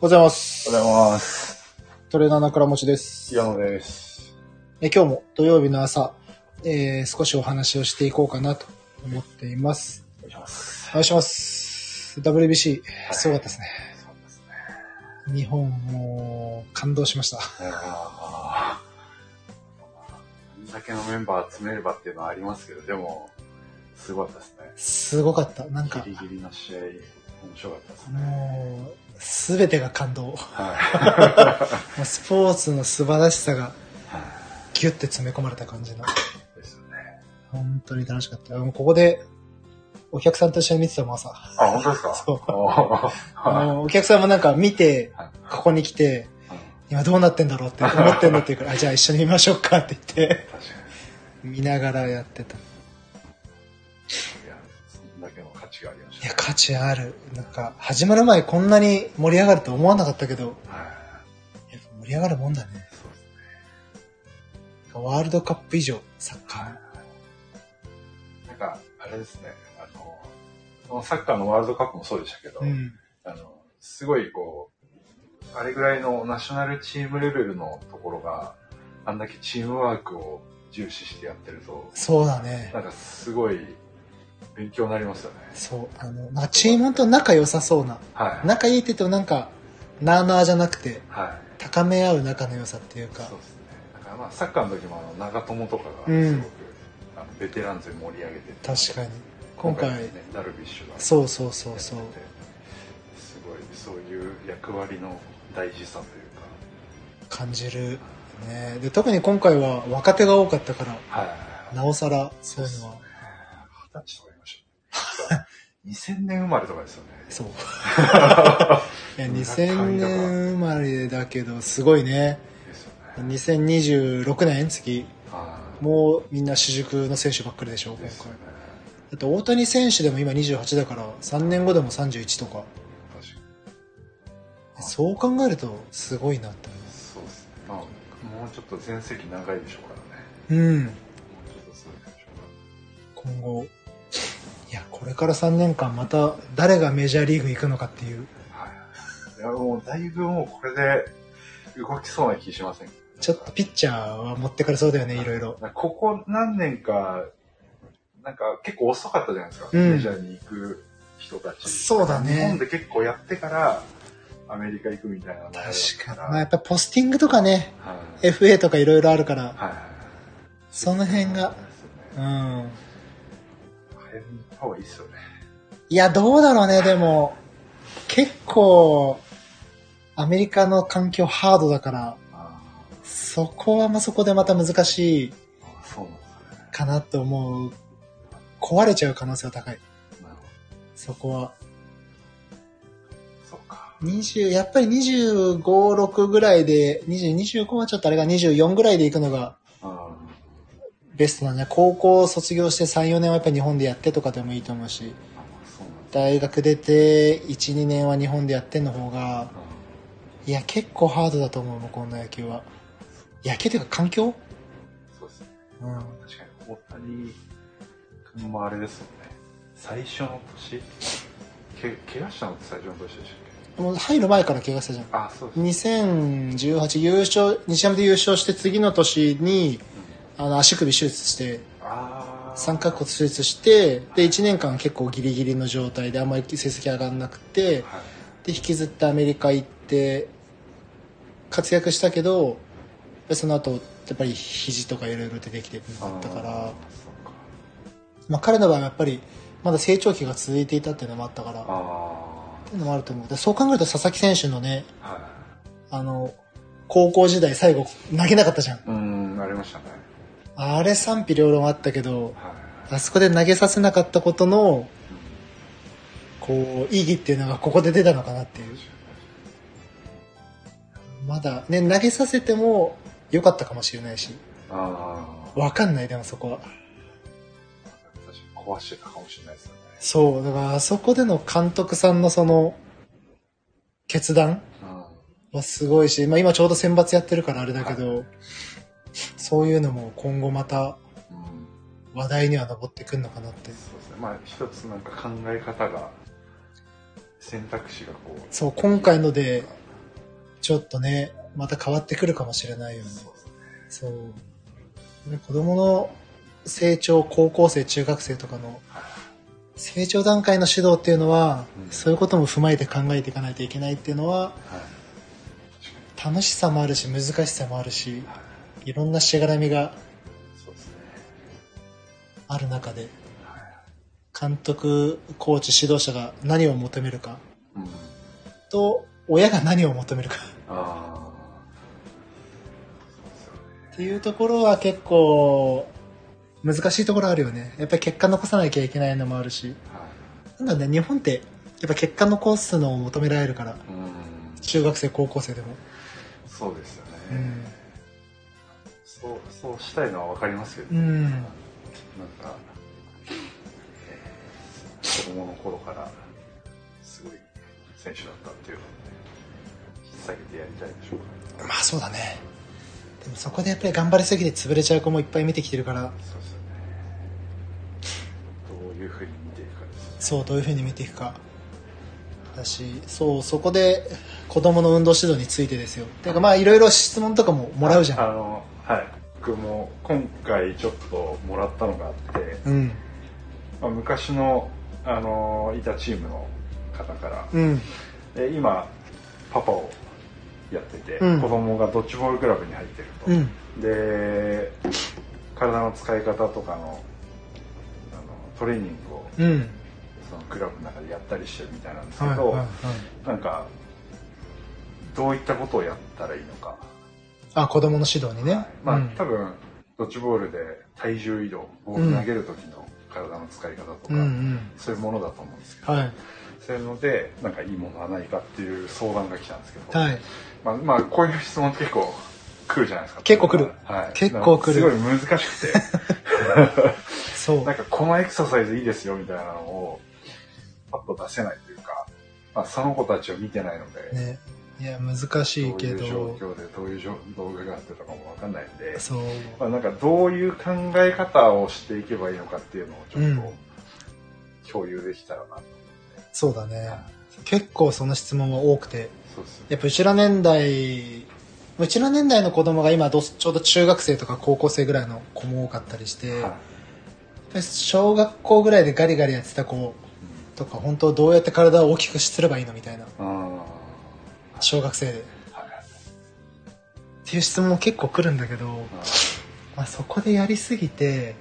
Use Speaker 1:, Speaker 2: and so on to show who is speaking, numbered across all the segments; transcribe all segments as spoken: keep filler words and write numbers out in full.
Speaker 1: おはようございます。
Speaker 2: おはようございます。
Speaker 1: トレーナーの倉持です。
Speaker 2: 矢野です。
Speaker 1: え今日も土曜日の朝、えー、少しお話をしていこうかなと思っています。
Speaker 2: お願いします。
Speaker 1: お願いします。ダブリュービーシー、はい、すごかったですね。
Speaker 2: そうですね。
Speaker 1: 日本も感動しました。
Speaker 2: あんだけのメンバー集めればっていうのはありますけど、でもすごかったですね。
Speaker 1: すごかった。なんか
Speaker 2: ギリギリの試合面白かったですね。
Speaker 1: もうすべてが感動。
Speaker 2: はい、
Speaker 1: スポーツの素晴らしさがギュッて詰め込まれた感じの。
Speaker 2: ですよね。
Speaker 1: 本当に楽しかった。もうここでお客さんと一緒に見てたもん朝。
Speaker 2: あ、本当ですか？
Speaker 1: そう。あのお客さんもなんか見てここに来て、今どうなってんだろうって思ってんのって言うから、あ、じゃあ一緒に見ましょうかって言って見ながらやってた。
Speaker 2: だけの価値がありました、
Speaker 1: ね。いや価値ある。なんか始まる前こんなに盛り上がると思わなかったけど、はい、盛り上がるもんだね。そうですね。ワールドカップ以上サッカー、はい、
Speaker 2: なんかあれですね。あのそのサッカーのワールドカップもそうでしたけど、うん、あのすごいこうあれぐらいのナショナルチームレベルのところがあんだけチームワークを重視してやってると、
Speaker 1: そうだね。
Speaker 2: なんかすごい勉強になりますよね。
Speaker 1: そう、あの、まあ、チームと仲良さそうな、はい、仲いいって言ってもなんかなあなあじゃなくて、はい、高め合う仲の良さっていうか。
Speaker 2: そうですね。だからまあサッカーの時もあの長友とかがすごく、うん、あのベテラン勢盛り上げてて、
Speaker 1: 確かに今回、ね、
Speaker 2: ダルビッシュが
Speaker 1: そうそうそうそう、
Speaker 2: すごいそういう役割の大事さという
Speaker 1: か感じるね。で特に今回は若手が多かったから、はい、なおさらそういうのは。
Speaker 2: 二十歳とかいましたね。にせんねん生まれとかですよね。
Speaker 1: そう。いやにせんねん生まれだけどすごいね。ですよね。にせんにじゅうろくねん次、もうみんな主軸の選手ばっかりでしょ今回。だって大谷選手でも今にじゅうはちだからさんねんごでもさんじゅういちとか。確かに。そう考えるとすごいなって思います。
Speaker 2: そうですね。まあもうちょっと全盛期長いでしょうからね。
Speaker 1: うん。
Speaker 2: もうちょっとすごいでしょう
Speaker 1: 今後。いやこれからさんねんかんまた誰がメジャーリーグ行くのかっていう、
Speaker 2: はい、いやもうだいぶもうこれで動きそうな気しません？
Speaker 1: ちょっとピッチャーは持ってかれそうだよね、いろいろ。
Speaker 2: ここ何年かなんか結構遅かったじゃないですか、うん、メジャーに行く人たち。
Speaker 1: そうだね。
Speaker 2: 日本で結構やってからアメリカ行くみたいなのがあるから。
Speaker 1: 確かに。まあやっぱポスティングとかね、はい、エフエー とかいろいろあるから、はい、その辺が、うん。
Speaker 2: 方がいいっすよね。
Speaker 1: いやどうだろうね。でも結構アメリカの環境ハードだから、そこはまあそこでまた難しいかなと思う。壊れちゃう可能性は高い。そこは。
Speaker 2: そうか。
Speaker 1: にじゅうやっぱりにじゅうご、ろくぐらいで、にじゅう、にじゅうごはちょっとあれがにじゅうよんぐらいで行くのがベストなんじゃ。高校卒業してさん、よねんはやっぱり日本でやってとかでもいいと思うし、大学出ていち、にねんは日本でやってんの方が、いや結構ハードだと思う。向こうの野球は。野球というか環境？
Speaker 2: そうですね。うん、確かに大谷君もあれですよね。最初の年、け怪我したのって最初の年でしたっけ？
Speaker 1: もう入る前から怪我したじゃん。
Speaker 2: あ、そうです。
Speaker 1: にせんじゅうはち優勝、西山で優勝して次の年に、うん、あの足首手術して、三角骨手術して、でいちねんかん結構ギリギリの状態であんまり成績上がらなくて、はい、で引きずってアメリカ行って活躍したけど、その後やっぱり肘とかいろいろ出てきてなかったから、まあ彼の場合はやっぱりまだ成長期が続いていたっていうのもあったから、っていうのもあると思う。でそう考えると佐々木選手のね、はい、あの高校時代最後投げなかったじゃん。
Speaker 2: うん、ありましたね。
Speaker 1: あれ賛否両論あったけど、はい、あそこで投げさせなかったことのこう意義っていうのがここで出たのかなっていう。まだね投げさせても良かったかもしれないし、あ分かんない。でもそこは
Speaker 2: 確かに壊してたかもしれないですよね。
Speaker 1: そうだからあそこでの監督さんのその決断はすごいし、まあ、今ちょうど選抜やってるからあれだけど、はい、そういうのも今後また話題には上ってくるのかなって。そう
Speaker 2: ですね。まあ一つなんか考え方が選択肢がこう。
Speaker 1: そう今回のでちょっとね、また変わってくるかもしれないよね。そう。ね、子供の成長、高校生、中学生とかの成長段階の指導っていうのは、うん、そういうことも踏まえて考えていかないといけないっていうのは、はい、楽しさもあるし、難しさもあるし、はい、いろんなしがらみがある中で、監督、コーチ、指導者が何を求めるか、うん、と、親が何を求めるかっていうところは結構難しいところあるよね。やっぱり結果残さなきゃいけないのもあるし、はい、なんだね、日本ってやっぱ結果残すのを求められるから、うん、中学生高校生でも
Speaker 2: そうですよね、うん、そうそうしたいのは分かりますけど、ね、うん、なんか、えー、子供の頃からすごい選手だったっていうのをね、引っ提げてやりたいでしょうか。
Speaker 1: まあそうだね。でもそこでやっぱり頑張りすぎて潰れちゃう子もいっぱい見てきてるから。
Speaker 2: そうですよね。どういうふうに見ていくかですね。
Speaker 1: そう、どういうふうに見ていくかだし、そう、そこで子供の運動指導についてですよ。てかまあいろいろ質問とかももらうじゃん。
Speaker 2: あのはい僕も今回ちょっともらったのがあって、うん、まあ、昔のあのいたチームの方から、うん、え今パパをやってて、うん、子供がドッジボールクラブに入ってると、うん、で体の使い方とかの、あのトレーニングを、うん、そのクラブの中でやったりしてるみたいなんですけど、はいはいはい、なんかどういったことをやったらいいのか。
Speaker 1: あ、子供の指導にね、はい、
Speaker 2: まあ、うん、多分ドッジボールで体重移動、ボール投げる時の体の使い方とか、うんうん、そういうものだと思うんですけど、はい、そういうのでなんかいいものはないかっていう相談が来たんですけど、はい、まあ、まあこういう質問結構来るじゃないですか。
Speaker 1: 結構来る、はい、結構来る。
Speaker 2: すごい難しくてそうなんかこのエクササイズいいですよみたいなのをパッと出せないというか、まあ、その子たちを見てないので、
Speaker 1: ね、いや難しいけど、
Speaker 2: どういう状況でどういう動画があってとかも分かんないんで、そう、まあ、なんかどういう考え方をしていけばいいのかっていうのをちょっと共有できたらなと思って、
Speaker 1: うん、そうだね、はい、結構その質問は多くて、そうですね、やっぱうちら年代うちら年代の子供が今どちょうど中学生とか高校生ぐらいの子も多かったりして、はい、小学校ぐらいでガリガリやってた子とか、うん、本当どうやって体を大きくすればいいのみたいな、小学生で、はい、っていう質問結構来るんだけど、まあ、そこでやりすぎて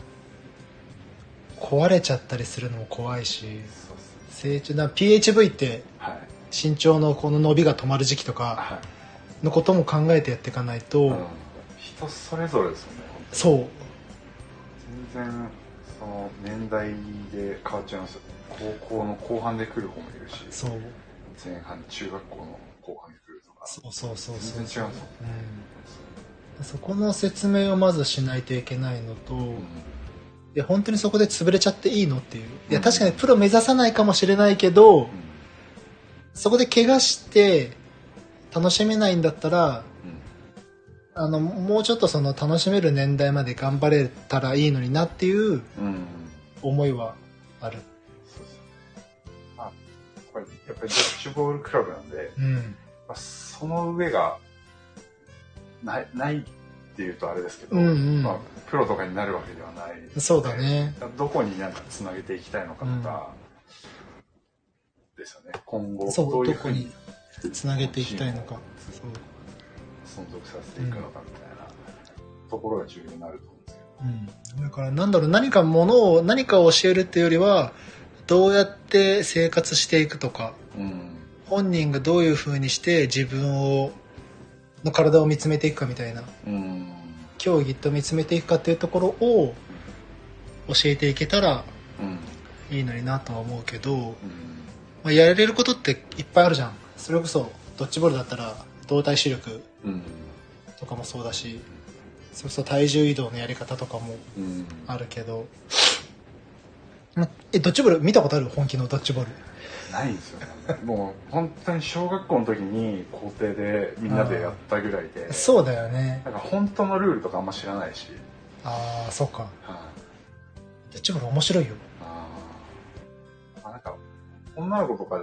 Speaker 1: 壊れちゃったりするのも怖いし、成長な ピーエイチブイ って身長のこの伸びが止まる時期とかのことも考えてやっていかないと、うん、
Speaker 2: 人それぞれですよね。
Speaker 1: そう
Speaker 2: 全然その年代で変わっちゃいますよね。高校の後半で来る子もいるし、そう前半中学校の後半で来るとか、
Speaker 1: そうそうそうそう、
Speaker 2: 全然違うんですよ、
Speaker 1: うん、そこの説明をまずしないといけないのと、うん、いや本当にそこで潰れちゃっていいのっていう、いや確かにプロ目指さないかもしれないけど、うん、そこで怪我して楽しめないんだったら、うん、あのもうちょっとその楽しめる年代まで頑張れたらいいのになっていう思いはある、うん、そうですよね。
Speaker 2: まあこれやっぱりドッジボールクラブなんで、うん、まあ、その上がないないっていうとあれですけど、うんうん、まあ、プロとかになるわけではない、ね、
Speaker 1: そうだね。
Speaker 2: どこになんかつなげていきたいのかとか、うん、ですよね。今後
Speaker 1: どういうふうにつなげていきたいのか、
Speaker 2: 存続させていくのかみたいなところが重要になると思うんですけ
Speaker 1: ど、うん、だからなんだろう、何かものを何かを教えるっていうよりはどうやって生活していくとか、うん、本人がどういうふうにして自分をの体を見つめていくかみたいな、うん、競技と見つめていくかっていうところを教えていけたらいいのになとは思うけど、うん、まあ、やれることっていっぱいあるじゃん。それこそドッジボールだったら動体視力とかもそうだし、それこそ体重移動のやり方とかもあるけど、うん、えドッジボール見たことある？本気のドッジボール
Speaker 2: ないんですよね。もう本当に小学校の時に校庭でみんなでやったぐらいで、
Speaker 1: そうだよね。
Speaker 2: なんか本当のルールとかあんま知らないし、
Speaker 1: ああそうか、はあ、ドッジボール面白いよ。
Speaker 2: ああなんか女の子とかで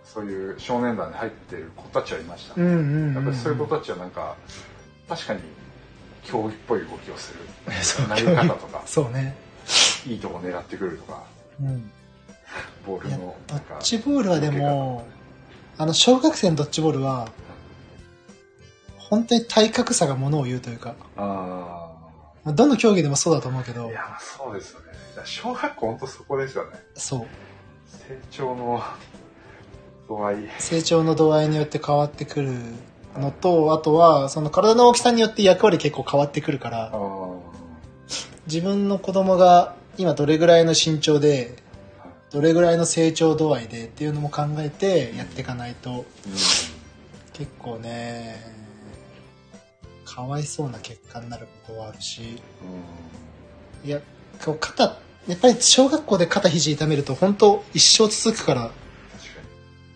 Speaker 2: そういう少年団に入ってる子たちはいました、
Speaker 1: うんうんうんうん、
Speaker 2: やっぱりそういう子たちはなんか確かに競技っぽい動きをする
Speaker 1: そう
Speaker 2: 投げ方とか
Speaker 1: そうね、
Speaker 2: いいとこ狙ってくるとか、うん、ボールの
Speaker 1: ドッジボールはでもあの小学生のドッジボールは本当に体格差がものを言うというか、あどの競技でもそうだと思うけど、
Speaker 2: いやそうですよね。小学校本当そこですよね。
Speaker 1: そう
Speaker 2: 成長の度合い
Speaker 1: 成長の度合いによって変わってくるのと、あとはその体の大きさによって役割結構変わってくるから、自分の子供が今どれぐらいの身長でどれぐらいの成長度合いでっていうのも考えてやっていかないと、うん、結構ねかわいそうな結果になることはあるし、うん、いや肩やっぱり小学校で肩肘痛めると本当一生続くから、確かに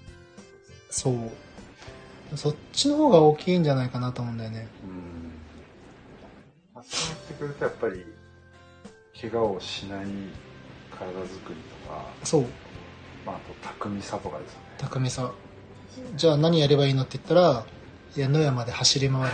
Speaker 1: そうそっちの方が大きいんじゃないかなと思うんだよね。
Speaker 2: うん、そうなってくるとやっぱり怪我をしない体作りとか、
Speaker 1: そう、
Speaker 2: まあ、あと巧みさとかですよね。
Speaker 1: 巧みさ。じゃあ何やればいいのって言ったら、いや野山で走り回る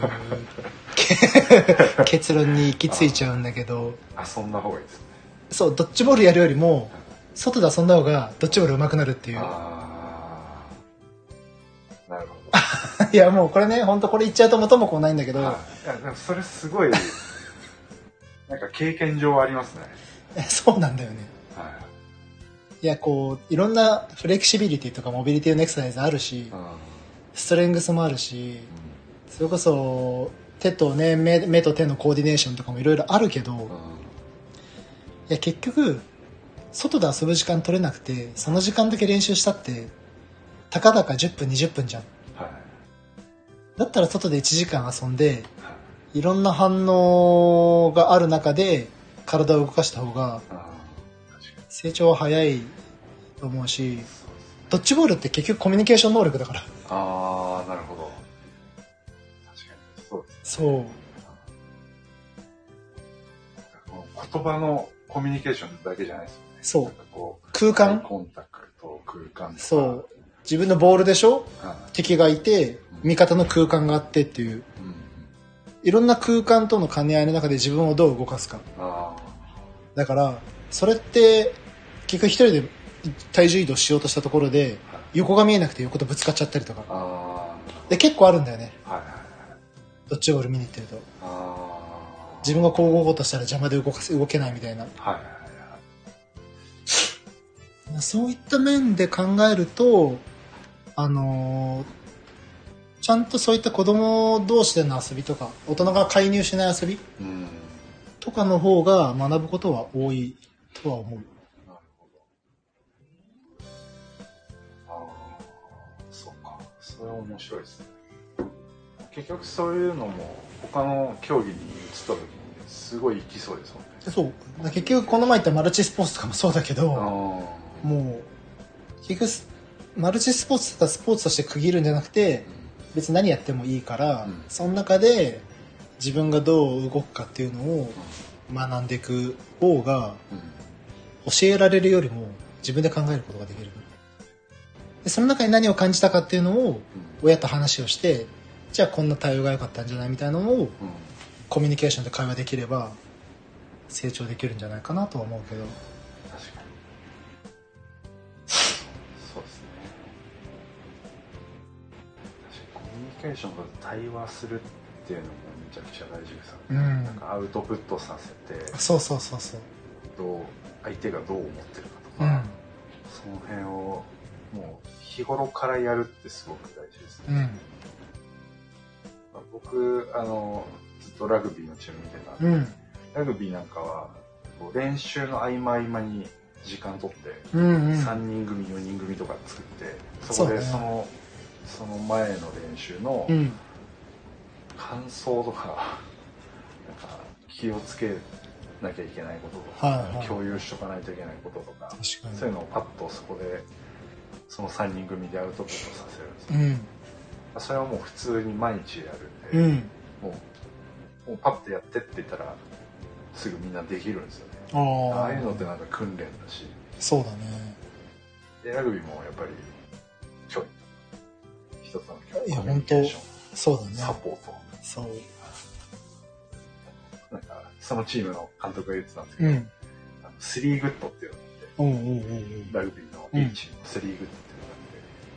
Speaker 1: っていう結論に行き着いちゃうんだけど、
Speaker 2: 遊んだ方がいいですね。そう
Speaker 1: ドッジボールやるよりも外で遊んだ方がドッジボール上手くなるっていう。
Speaker 2: ああ、なるほど。
Speaker 1: いやもうこれね本当これ言っちゃうと元も子もないんだけど、いや
Speaker 2: でもそれすごいなんか経験上ありますね。
Speaker 1: そうなんだよね。はい、いやこういろんなフレキシビリティとかモビリティのエクササイズあるし、うん、ストレングスもあるし、うん、それこそ手とね 目, 目と手のコーディネーションとかもいろいろあるけど、うん、いや結局外で遊ぶ時間取れなくてその時間だけ練習したってたかだかじゅっぷんにじゅっぷんじゃん、はい、だったら外でいちじかん遊んで、はい、いろんな反応がある中で体を動かした方が成長は早いと思うし、ドッジボールって結局コミュニケーション能力だから。
Speaker 2: ああ、なるほど。確かにそうですね。
Speaker 1: そう。
Speaker 2: 言葉のコミュニケーションだけじゃないですよね。
Speaker 1: そう。
Speaker 2: なんかこう
Speaker 1: 空間。
Speaker 2: コンタクト、空間とか。
Speaker 1: そう。自分のボールでしょ、はい、敵がいて、味方の空間があってっていう、うん、いろんな空間との兼ね合いの中で自分をどう動かすか。あだからそれって結局一人で体重移動しようとしたところで横が見えなくて横とぶつかっちゃったりとか、あで結構あるんだよね、はいはいはい、ドッジボール見に行ってるとあ自分がこう動こうとしたら邪魔で動かせ動けないみたいな、はいはいはい、そういった面で考えるとあのー、ちゃんとそういった子供同士での遊びとか大人が介入しない遊び、うんとかの方が学ぶことは多いとは思う。なるほど。
Speaker 2: ああ、そうか。それは面白いですね。結局そういうのも他の競技に移った時にすごい生きそうですもんね。
Speaker 1: そう。結局この前言ったマルチスポーツとかもそうだけど、もう結局マルチスポーツだったらスポーツとして区切るんじゃなくて、別に何やってもいいから、うん、その中で自分がどう動くかっていうのを学んでいく方が教えられるよりも自分で考えることができる。でその中に何を感じたかっていうのを親と話をしてじゃあこんな対応が良かったんじゃないみたいなのをコミュニケーションで会話できれば成長できるんじゃないかなとは思うけど。
Speaker 2: 確かにそうですね。確かにコミュニケーションと対話するっていうのもめちゃくちゃ大事ですよね、うん、なんかアウトプットさせて
Speaker 1: そうそうそうそう
Speaker 2: どう相手がどう思ってるかとか、うん、その辺をもう日頃からやるってすごく大事ですね、うん、僕あのずっとラグビーのチーム見てたんで、うん、ラグビーなんかは練習の合間合間に時間取って、うんうん、さんにん組よにん組とか作ってそこでその、ね、その前の練習の、うん感想とか、なんか気をつけなきゃいけないこととか、はいはい、共有しとかないといけないこととか、そういうのをパッとそこでそのさんにん組でアウトプットさせるんですよ、うん、それはもう普通に毎日やるんで、うん、もう、もうパッとやってって言ったらすぐみんなできるんですよね。ああいうのってなんか訓練だし。
Speaker 1: そうだね。
Speaker 2: でラグビーもやっぱり一つの
Speaker 1: いや本当そうだね。
Speaker 2: サポート。
Speaker 1: そう。
Speaker 2: なんかそのチームの監督が言ってたんですけど、うん、あのスリーグッドっていうのがあって、うんうんうんうん、ラグビーのいいチームのスリーグッドっていうのがあって、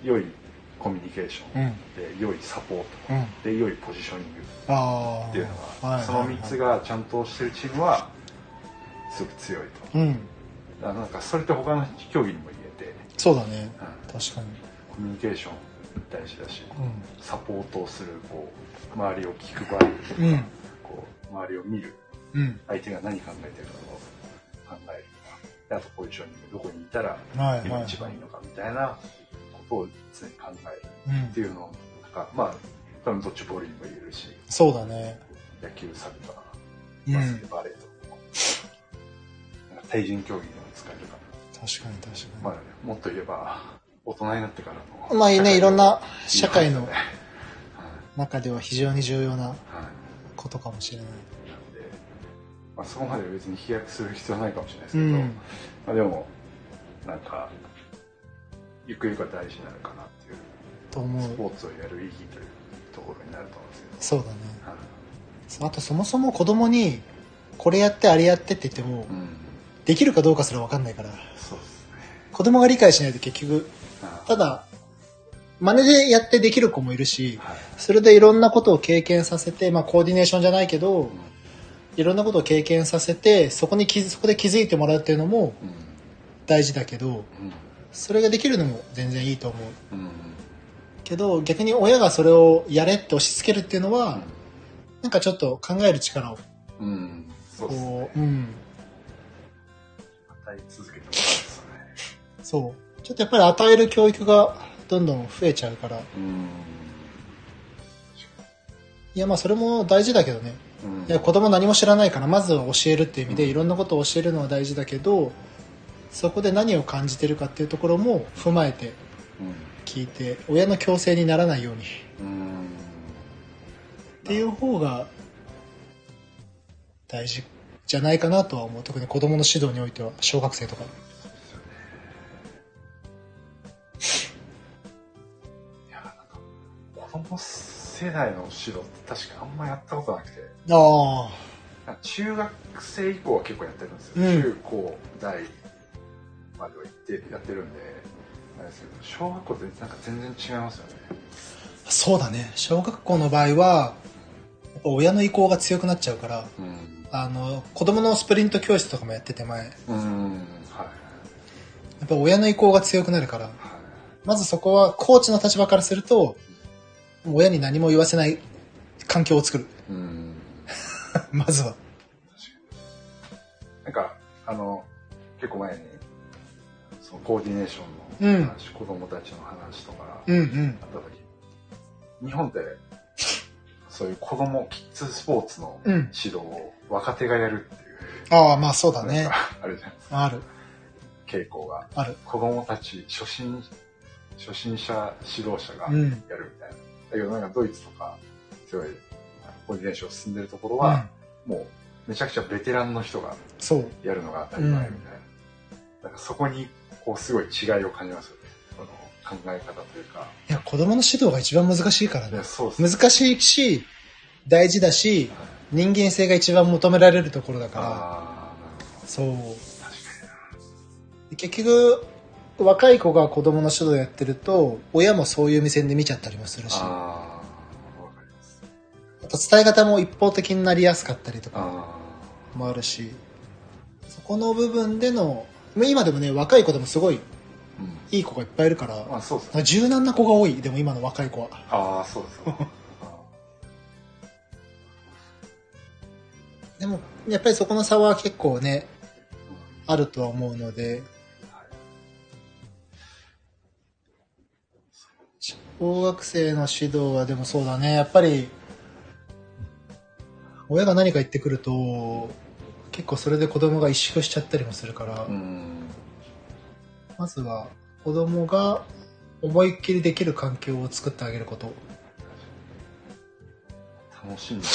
Speaker 2: 良いコミュニケーション、うん、で良いサポート、うん、で良いポジショニングっていうのが、はい、そのみっつがちゃんとしてるチームはすごく強いと。うん、だからなんかそれって他の競技にも言えて、
Speaker 1: そうだね、うん、確かに
Speaker 2: コミュニケーション大事だし、うん、サポートをするこう周りを聞く場合、うん、こう周りを見る、うん、相手が何考えてるかを考えるとか、あとポジショニングどこにいたら今一番いいのかみたいなことを常に考えるっていうのを、なんかまあ多分ドッジボールにも言えるし、
Speaker 1: そうだね、
Speaker 2: 野球、サッカー、バスケ、バレーとか、うん、なんか対人競技にも使えるか
Speaker 1: な。確かに確かに。
Speaker 2: まあもっと言えば大人になってから
Speaker 1: のまあね、いろんな社会の中では非常に重要なことかもしれない。
Speaker 2: まあ、そこまで別に飛躍する必要はないかもしれないですけど、うん、まあ、でもなんかゆくゆくは大事になるかなっていうと思う。スポーツをやる意義というところになると思うんですけど。
Speaker 1: そうだね、はい、あとそもそも子供にこれやってあれやってって言っても、うん、できるかどうかすら分かんないから、
Speaker 2: そうですね、
Speaker 1: 子供が理解しないと結局、ただ真似でやってできる子もいるし、はい、それでいろんなことを経験させて、まあ、コーディネーションじゃないけど、うん、いろんなことを経験させてそこに気そこで気づいてもらうっていうのも大事だけど、うん、それができるのも全然いいと思う、うん、けど逆に親がそれをやれって押し付けるっていうのは、うん、なんかちょっと考える力を、うん、
Speaker 2: そうですね、うん、与え続けてもらうんですね。
Speaker 1: そうちょっとやっぱり与える教育がどんどん増えちゃうから、うん、いやまあそれも大事だけどね、うん、いや子供何も知らないからまずは教えるっていう意味でいろんなことを教えるのは大事だけど、そこで何を感じてるかっていうところも踏まえて聞いて、親の強制にならないように、うん、っていう方が大事じゃないかなとは思う。特に子供の指導においては小学生とか。
Speaker 2: 子供世代の指導って確かあんまやったことなくて、
Speaker 1: あ
Speaker 2: あ中学生以降は結構やってるんですよ、うん、中高大までは行ってやってるんであれですけど、小学校ってなんか全然違いますよね。
Speaker 1: そうだね、小学校の場合はやっぱ親の意向が強くなっちゃうから、うん、あの子供のスプリント教室とかもやってて前、うん、はい、やっぱ親の意向が強くなるから、はい、まずそこはコーチの立場からすると親に何も言わせない環境を作る。うん、まずは。
Speaker 2: なんかあの結構前にそのコーディネーションの話、うん、子供たちの話とかあった時、うんうん、日本ってそういう子供キッズスポーツの指導を若手がやるっていう、
Speaker 1: うん、ああまあそうだね、
Speaker 2: あるじゃないです
Speaker 1: か。ある
Speaker 2: 傾向が
Speaker 1: ある。
Speaker 2: 子供たち初心初心者指導者がやるみたいな。うん、だけどなんかドイツとかすごいコーディネーション進んでるところは、うん、もうめちゃくちゃベテランの人がやるのが当たり前みたいな、うん、なんかそこにこうすごい違いを感じますよね、その考え方というか。
Speaker 1: いや子供の指導が一番難しいからね。
Speaker 2: そうですね、
Speaker 1: 難しいし大事だし、はい、人間性が一番求められるところだから。あそう確かに結局若い子が子供の指導やってると親もそういう目線で見ちゃったりもするし、あわかります。あと伝え方も一方的になりやすかったりとかもあるし、そこの部分での今でもね若い子でもすごいいい子がいっぱいいるから、うん、あそうですね、柔軟な子が多い。でも今の若い子は
Speaker 2: ああそうですか
Speaker 1: でもやっぱりそこの差は結構ね、うん、あるとは思うので、小学生の指導はでもそうだね、やっぱり親が何か言ってくると結構それで子供が萎縮しちゃったりもするから、うん、まずは子供が思いっきりできる環境を作ってあげること。
Speaker 2: 楽しんでもらう。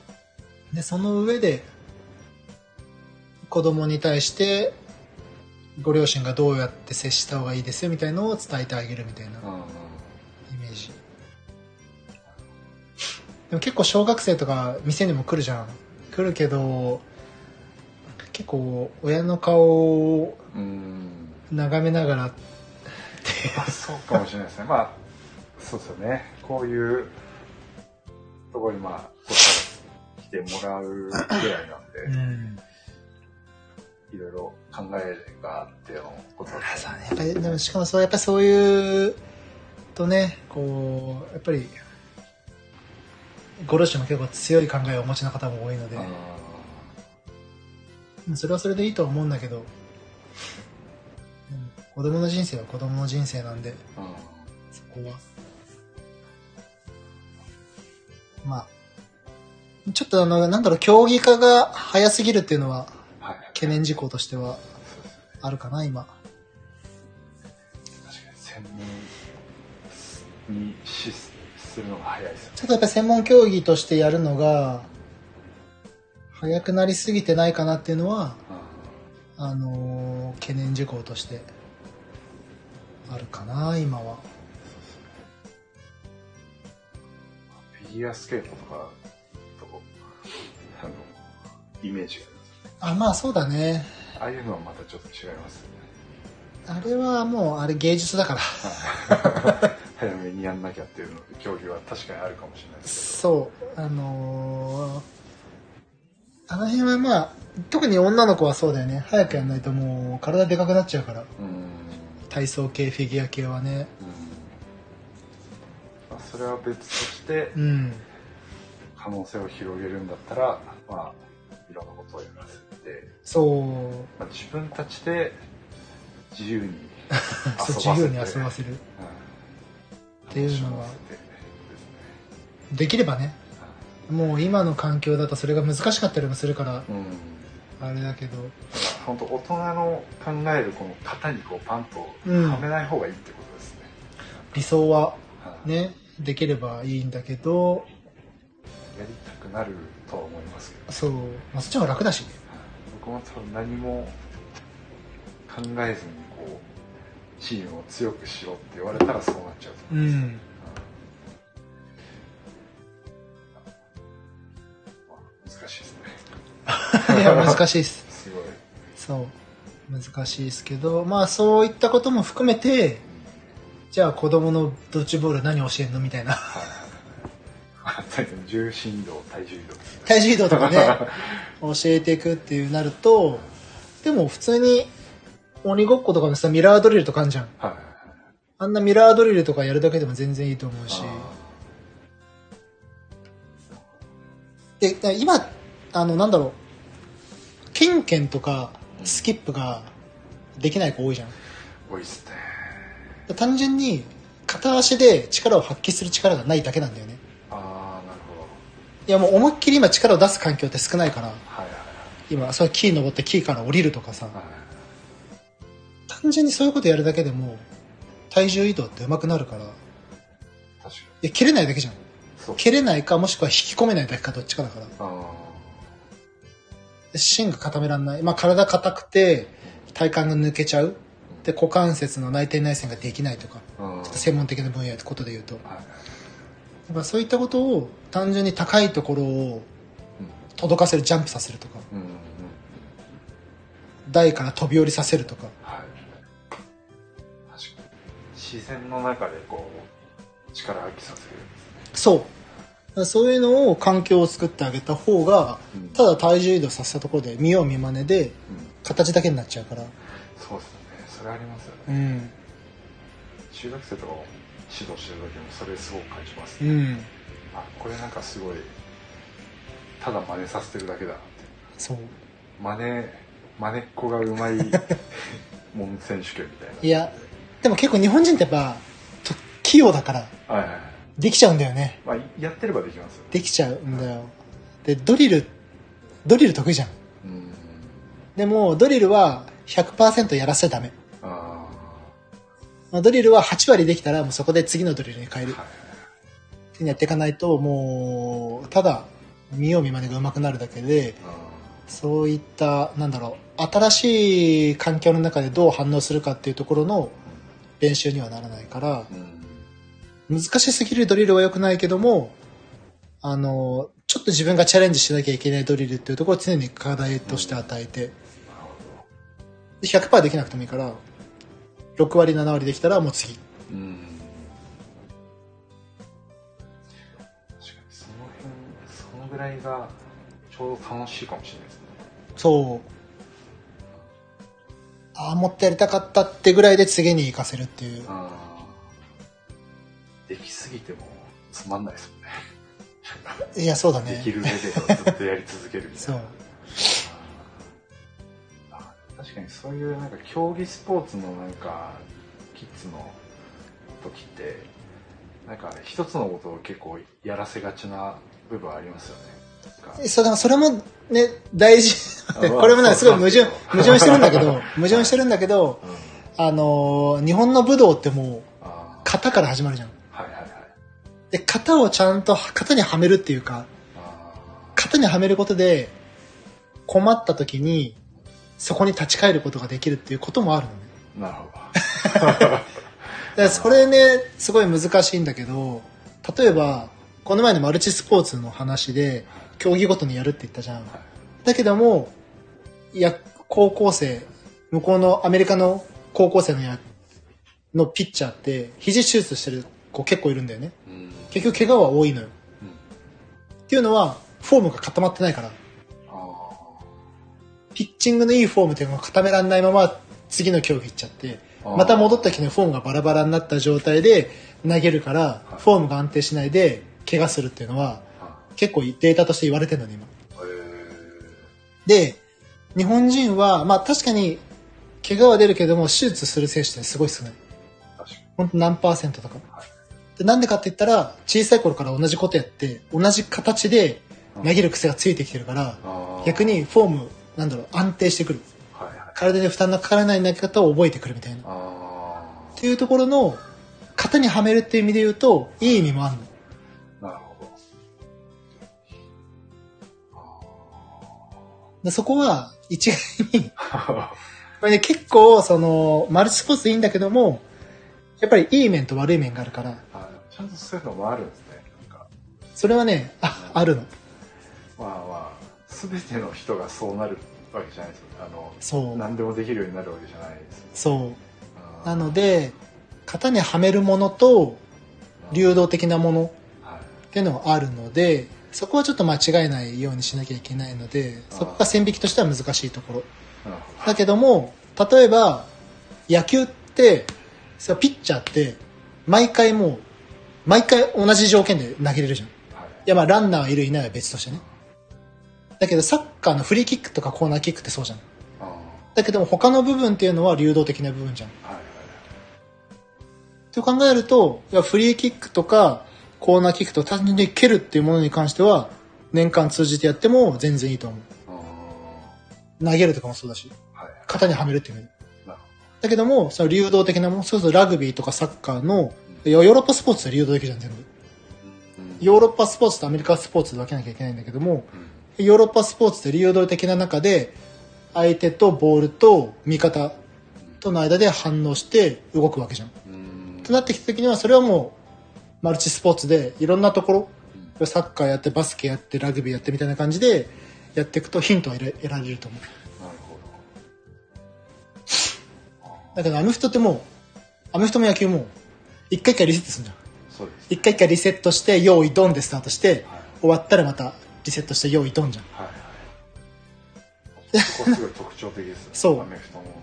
Speaker 1: そうでその上で子供に対してご両親がどうやって接した方がいいですよみたいのを伝えてあげるみたいなイメージ。でも結構小学生とか店にも来るじゃん。来るけど結構親の顔を眺めながらって
Speaker 2: そうかもしれないですね。まあそうですよね。こういうところにまあこう来てもらうぐらいなんで、うん、いろいろ考えがあってのことだと、
Speaker 1: ね、やっぱりでもしかもそうやっぱりそういうとね、こうやっぱりご両親も結構強い考えをお持ちの方も多いので、それはそれでいいとは思うんだけど、子供の人生は子供の人生なんで、そこはまあちょっとあのなんだろう、競技化が早すぎるっていうのは懸念事項としてはあるかな今。
Speaker 2: 確かに専門にしするのが早いですよね。
Speaker 1: ちょっとやっぱり専門競技としてやるのが早くなりすぎてないかなっていうのは、うん、あの懸念事項としてあるかな今は。
Speaker 2: フィギュアスケートとかとあのイメージがありますね。
Speaker 1: あ、まあそうだね。
Speaker 2: ああいうのはまたちょっと違いますね。
Speaker 1: あれはもうあれ芸術だから
Speaker 2: 早めにやんなきゃっていうの競技は確かにあるかもしれないです
Speaker 1: けど、そうあのー、あの辺はまあ特に女の子はそうだよね。早くやんないともう体でかくなっちゃうから、うん、体操系フィギュア系はね、
Speaker 2: うん、まあ、それは別として、うん、可能性を広げるんだったら、まあ、いろんなことをやらせて、
Speaker 1: そう、
Speaker 2: まあ、自分たちで自由に遊ばせて
Speaker 1: 自由に遊ばせる、うん、っていうのはできればね、もう今の環境だとそれが難しかったりもするから、うん、あれだけど
Speaker 2: 本当大人の考えるこの型にこうパンとはめない方がいいってことですね、
Speaker 1: うん、理想はね、うん、できればいいんだけど
Speaker 2: やりたくなるとは思いますけど、
Speaker 1: そう、まあ、そっちの方が楽だし、
Speaker 2: 僕も多分何も考えずにこうチームを強くしろって言われたらそうなっちゃうと思います、うん、まあ、難しいですね
Speaker 1: いや難しいです
Speaker 2: すごい
Speaker 1: そう難しいですけど、まあそういったことも含めて、うん、じゃあ子供のドッジボール何教えんのみたいな、
Speaker 2: はい、重心移動体重移動
Speaker 1: 体重移動とかね教えていくっていうなると、でも普通に鬼ごっことかのさミラードリルとかあるじゃん、はい、あんなミラードリルとかやるだけでも全然いいと思うし、で今あのなんだろう、ケンケンとかスキップができない子多いじゃん。
Speaker 2: 多いっす
Speaker 1: ね。単純に片足で力を発揮する力がないだけなんだよね。
Speaker 2: ああ、なるほど。
Speaker 1: いやもう思いっきり今力を出す環境って少ないから、はい
Speaker 2: はいはい、
Speaker 1: 今それキー登ってキーから降りるとかさ、はいはい、単純にそういうことやるだけでも体重移動って上手くなるから。
Speaker 2: 確かに。
Speaker 1: いや蹴れないだけじゃん。蹴れないかもしくは引き込めないだけかどっちかだから。あ芯が固めらんない、まあ、体硬くて体幹が抜けちゃうで股関節の内転内旋ができないとか、ちょっと専門的な分野ってことで言うと、やっぱそういったことを単純に高いところを届かせる、ジャンプさせるとか、台から飛び降りさせるとか、はい、
Speaker 2: 確かに自然の中でこう力発揮させる、
Speaker 1: そうそういうのを環境を作ってあげた方が、うん、ただ体重移動させたところで見よう見まねで、うん、形だけになっちゃうから。
Speaker 2: そうですね、それありますよね、うん、中学生とかを指導してる時もそれすごく感じますね、うん、あこれなんかすごいただ真似させてるだけだなって。
Speaker 1: そう
Speaker 2: 真似真似っこがうまいもん選手権みたいな。
Speaker 1: いやでも結構日本人ってやっぱ器用だから、はいはいはい、できちゃうんだよね、
Speaker 2: まあ、やってればできますよね。
Speaker 1: できちゃうんだよ、でドリルドリル得意じゃん、うん、でもドリルは ひゃくパーセント やらせちゃダメ。あ、まあ、ドリルははちわりできたらもうそこで次のドリルに変える、はい、やっていかないともうただ見よう見まねが上手くなるだけでそういったなんだろう新しい環境の中でどう反応するかっていうところの練習にはならないから、うん、難しすぎるドリルは良くないけども、あのちょっと自分がチャレンジしなきゃいけないドリルっていうところを常に課題として与えて、うん、ひゃくパーセント できなくてもいいからろくわりななわりできたらもう次、うん、
Speaker 2: 確かにその辺そのぐらいがちょうど楽しいかもしれないですね。
Speaker 1: そうああもっとやりたかったってぐらいで次に行かせるっていう。
Speaker 2: できすぎてもつまんないですもんね。
Speaker 1: いやそうだね。
Speaker 2: できるレベルをずっとやり続けるみたいな。そう確かにそういうなんか競技スポーツのなんかキッズの時ってなんか一つのことを結構やらせがちな部分ありますよね。
Speaker 1: そうだそれもね大事これもねすごい矛盾矛盾してるんだけど矛盾してるんだけど、うん、あの日本の武道ってもう型から始まるじゃん。はいはいはい。で型をちゃんと型にはめるっていうか型にはめることで困った時にそこに立ち返ることができるっていうこともあるのね。
Speaker 2: なるほど。
Speaker 1: でそれねすごい難しいんだけど例えばこの前のマルチスポーツの話で競技ごとにやるって言ったじゃん。だけどもいや高校生向こうのアメリカの高校生のやのピッチャーって肘手術してる子結構いるんだよね。結局怪我は多いのよ。うん、っていうのはフォームが固まってないから。ピッチングのいいフォームっていうのが固められないまま次の競技行っちゃってまた戻った時のフォームがバラバラになった状態で投げるからフォームが安定しないで怪我するっていうのは結構データとして言われてるのね今。で日本人はまあ確かに怪我は出るけども手術する選手ってすごい少ない。本当何パーセントとか。でなんでかって言ったら小さい頃から同じことやって同じ形で投げる癖がついてきてるから逆にフォームなんだろう安定してくる、はいはい、体で負担のかからない投げ方を覚えてくるみたいなっていうところの型にはめるっていう意味で言うといい意味もあるの。なるほど。そこは一概にこれ、ね、結構そのマルチスポーツいいんだけどもやっぱりいい面と悪い面があるから、
Speaker 2: ちゃんとそういうのもあるんですね。なんか
Speaker 1: それはね あ, あるの。
Speaker 2: まあまあ全ての人がそうなるわけじゃないですよね。あのそう何でもできるようになるわけじゃないです。
Speaker 1: そうなので型にはめるものと流動的なものっていうのがあるのでそこはちょっと間違えないようにしなきゃいけないのでそこが線引きとしては難しいところだけども例えば野球ってピッチャーって毎回もう毎回同じ条件で投げれるじゃん。いやまあランナーいるいないは別としてね。だけどサッカーのフリーキックとかコーナーキックってそうじゃん。だけども他の部分っていうのは流動的な部分じゃん。と考えるといやフリーキックとかコーナーキックと単純に蹴るっていうものに関しては年間通じてやっても全然いいと思う。投げるとかもそうだし型にはめるっていう意味だけどもその流動的なものそうするとラグビーとかサッカーのヨーロッパスポーツって流動的じゃん全部。ヨーロッパスポーツとアメリカスポーツで分けなきゃいけないんだけどもヨーロッパスポーツって流動的な中で相手とボールと味方との間で反応して動くわけじゃん。となってきた時にはそれはもうマルチスポーツでいろんなところサッカーやってバスケやってラグビーやってみたいな感じでやっていくとヒントを得られると思う。なるほど。だけどアメフトってもうアメフトも野球も一回一回リセットするじゃん。そうです。一回一回リセットして用意ドンでスタートして、はい、終わったらまたリセットして用意ドンじゃん。はいはい。
Speaker 2: そこすごい特徴的ですね。
Speaker 1: そう。アメフトもそうです。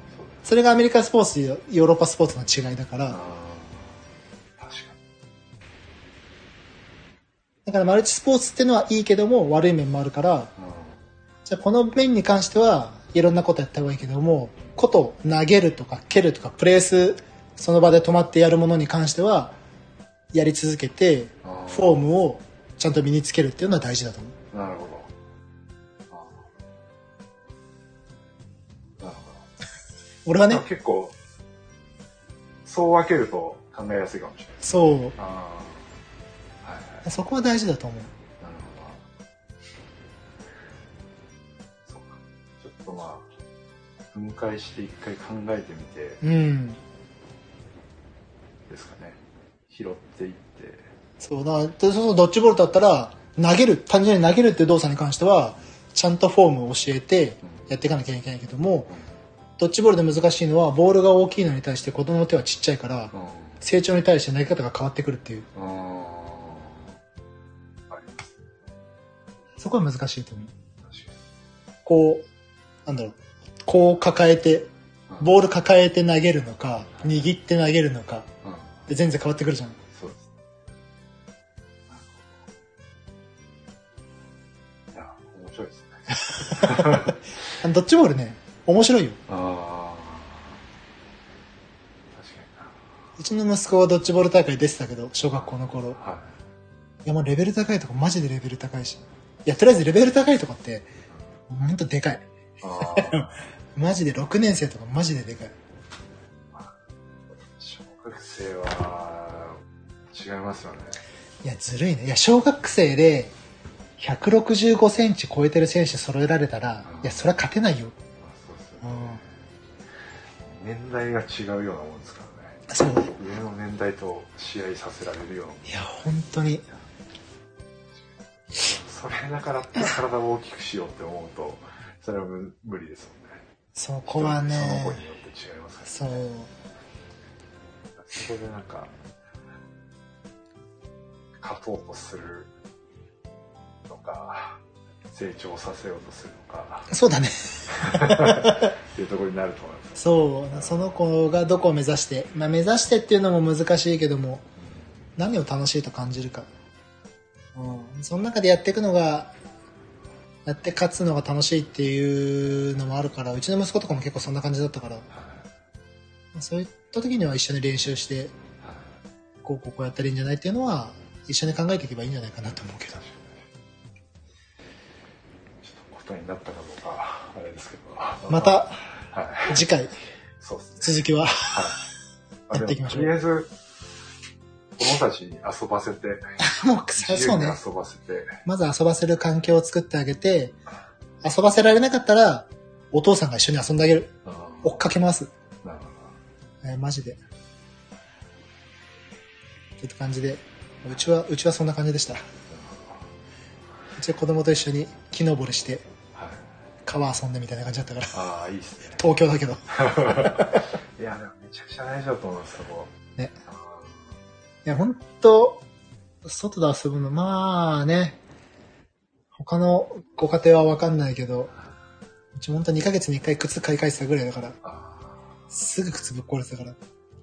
Speaker 1: それがアメリカスポーツヨーロッパスポーツの違いだから。確かに。だからマルチスポーツっていうのはいいけども悪い面もあるから、じゃあこの面に関してはいろんなことやった方がいいけども、こと投げるとか蹴るとかプレースその場で止まってやるものに関してはやり続けてフォームをちゃんと身につけるっていうのは大事だと思う。
Speaker 2: なるほど。なるほど。
Speaker 1: 俺はね
Speaker 2: 結構そう分けると考えやすいかもしれない。
Speaker 1: そう。あ、はいはい、そこは大事だと思う。なるほど。
Speaker 2: そうか。 とまあ、分解して一回考えてみて、
Speaker 1: うん。
Speaker 2: ですかね。拾っていって。
Speaker 1: そうだ、そうそうドッジボールだったら、投げる、単純に投げるっていう動作に関しては、ちゃんとフォームを教えてやっていかなきゃいけないけども、うん、ドッジボールで難しいのは、ボールが大きいのに対して子供の手はちっちゃいから、うん、成長に対して投げ方が変わってくるっていう。うんそこは難しいと思う。こう、なんだろう、こう抱えて、ボール抱えて投げるのか、握って投げるのか、で全然変わってくるじゃん。
Speaker 2: そうです。いや、面白いですね。
Speaker 1: ドッジボールね、面白いよ。ああ。
Speaker 2: 確かにな。
Speaker 1: うちの息子はドッジボール大会出てたけど、小学校の頃。はい。いや、もうレベル高いとこマジでレベル高いし。いや、とりあえずレベル高いとかって、ほんとでかい。マジでろくねん生とかマジででかい。
Speaker 2: 小学生は違いますよね。
Speaker 1: いや、ずるいね。いや、小学生でひゃくろくじゅうごセンチ超えてる選手揃えられたら、いや、それは勝てないよ。
Speaker 2: そうですよね。年代が違うようなもんですからね。そう。上の年代と試合させられるような。
Speaker 1: いや、本当に。
Speaker 2: それだからって体を大きくしようって思うと、それは無理ですもんね。
Speaker 1: そこはね。
Speaker 2: その子によって違いますからね。そう。そこでなんか、勝とうとするのか、成長させようとするのか。
Speaker 1: そうだね。
Speaker 2: っていうところになると思います。
Speaker 1: そう。その子がどこを目指して、まあ目指してっていうのも難しいけども、うん、何を楽しいと感じるか。うん、その中でやっていくのがやって勝つのが楽しいっていうのもあるから、うちの息子とかも結構そんな感じだったから、はい、そういった時には一緒に練習して、はい、こうこうこうやったらいいんじゃないっていうのは一緒に考えていけばいいんじゃないかなと思うけど、ちょっ
Speaker 2: とことになったかどうかあれですけど、
Speaker 1: また、はい、次回そうですね、続きは、はい、やっていきましょう。
Speaker 2: とりあえず子供たちに遊ばせて、
Speaker 1: もうそうね。
Speaker 2: 遊ばせて。
Speaker 1: まず遊ばせる環境を作ってあげて、遊ばせられなかったら、お父さんが一緒に遊んであげる。追っかけ回す。なるほど。えー、マジで。って感じで、うちは、うちはそんな感じでした。うちは子供と一緒に木登りして、はい、川遊んでみたいな感じだったから。
Speaker 2: ああ、いいっすね。
Speaker 1: 東京だけど。
Speaker 2: いや、でもめちゃくちゃ大事だと思います、そこ。ね。
Speaker 1: いや、ほんと、外で遊ぶの、まあね、他のご家庭はわかんないけど、うちほんとにかげつにいっかい靴買い替えてたぐらいだから、すぐ靴ぶっ壊れてたから。い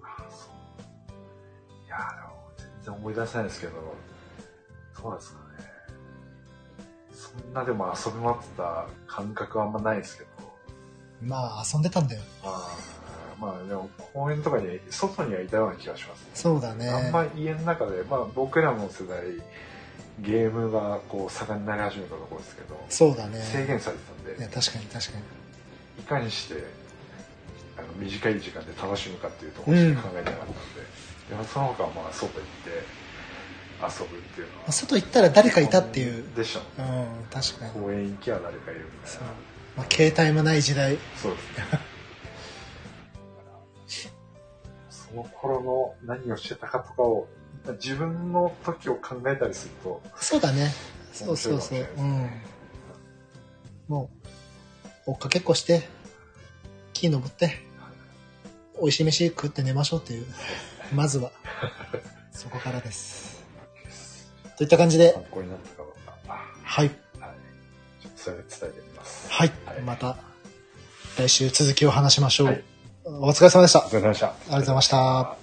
Speaker 2: やでも全然思い出せないですけど、そうですかね。そんなでも遊び回ってた感覚はあんまないですけど。
Speaker 1: まあ遊んでたんだよ。
Speaker 2: あまあでも公園とかに外にはいたような気がしますね。
Speaker 1: そうだね。
Speaker 2: あんまり家の中で、まあ僕らの世代ゲームがこう盛んになり始めたところですけど、
Speaker 1: そうだね。
Speaker 2: 制限されてたんで、
Speaker 1: いや確かに確かに。
Speaker 2: いかにしてあの短い時間で楽しむかっていうところしか考えてなかったんで、うん、でもその他はまあ外行って遊ぶっていうのは、
Speaker 1: 外行ったら誰かいたっていう
Speaker 2: でしょ。
Speaker 1: うん、確かに。
Speaker 2: 公園行きゃ誰かいるみたいな。
Speaker 1: まあ携帯もない時代。
Speaker 2: そうですね。その頃の何をしてたかとかを自分の時を考えたりすると、
Speaker 1: そうだね。そうそうそう。うん。もう追っかけっこして木登って美味しい飯食って寝ましょうっていう、まずはそこからです。といった感じで。
Speaker 2: 参考になったかどうか。
Speaker 1: はい。はい。
Speaker 2: ちょっとそれで伝えてみます。
Speaker 1: はい。はい、また来週続きを話しましょう。はい、お疲れ様でした。お
Speaker 2: 疲れ様でした。あり
Speaker 1: がとうございました。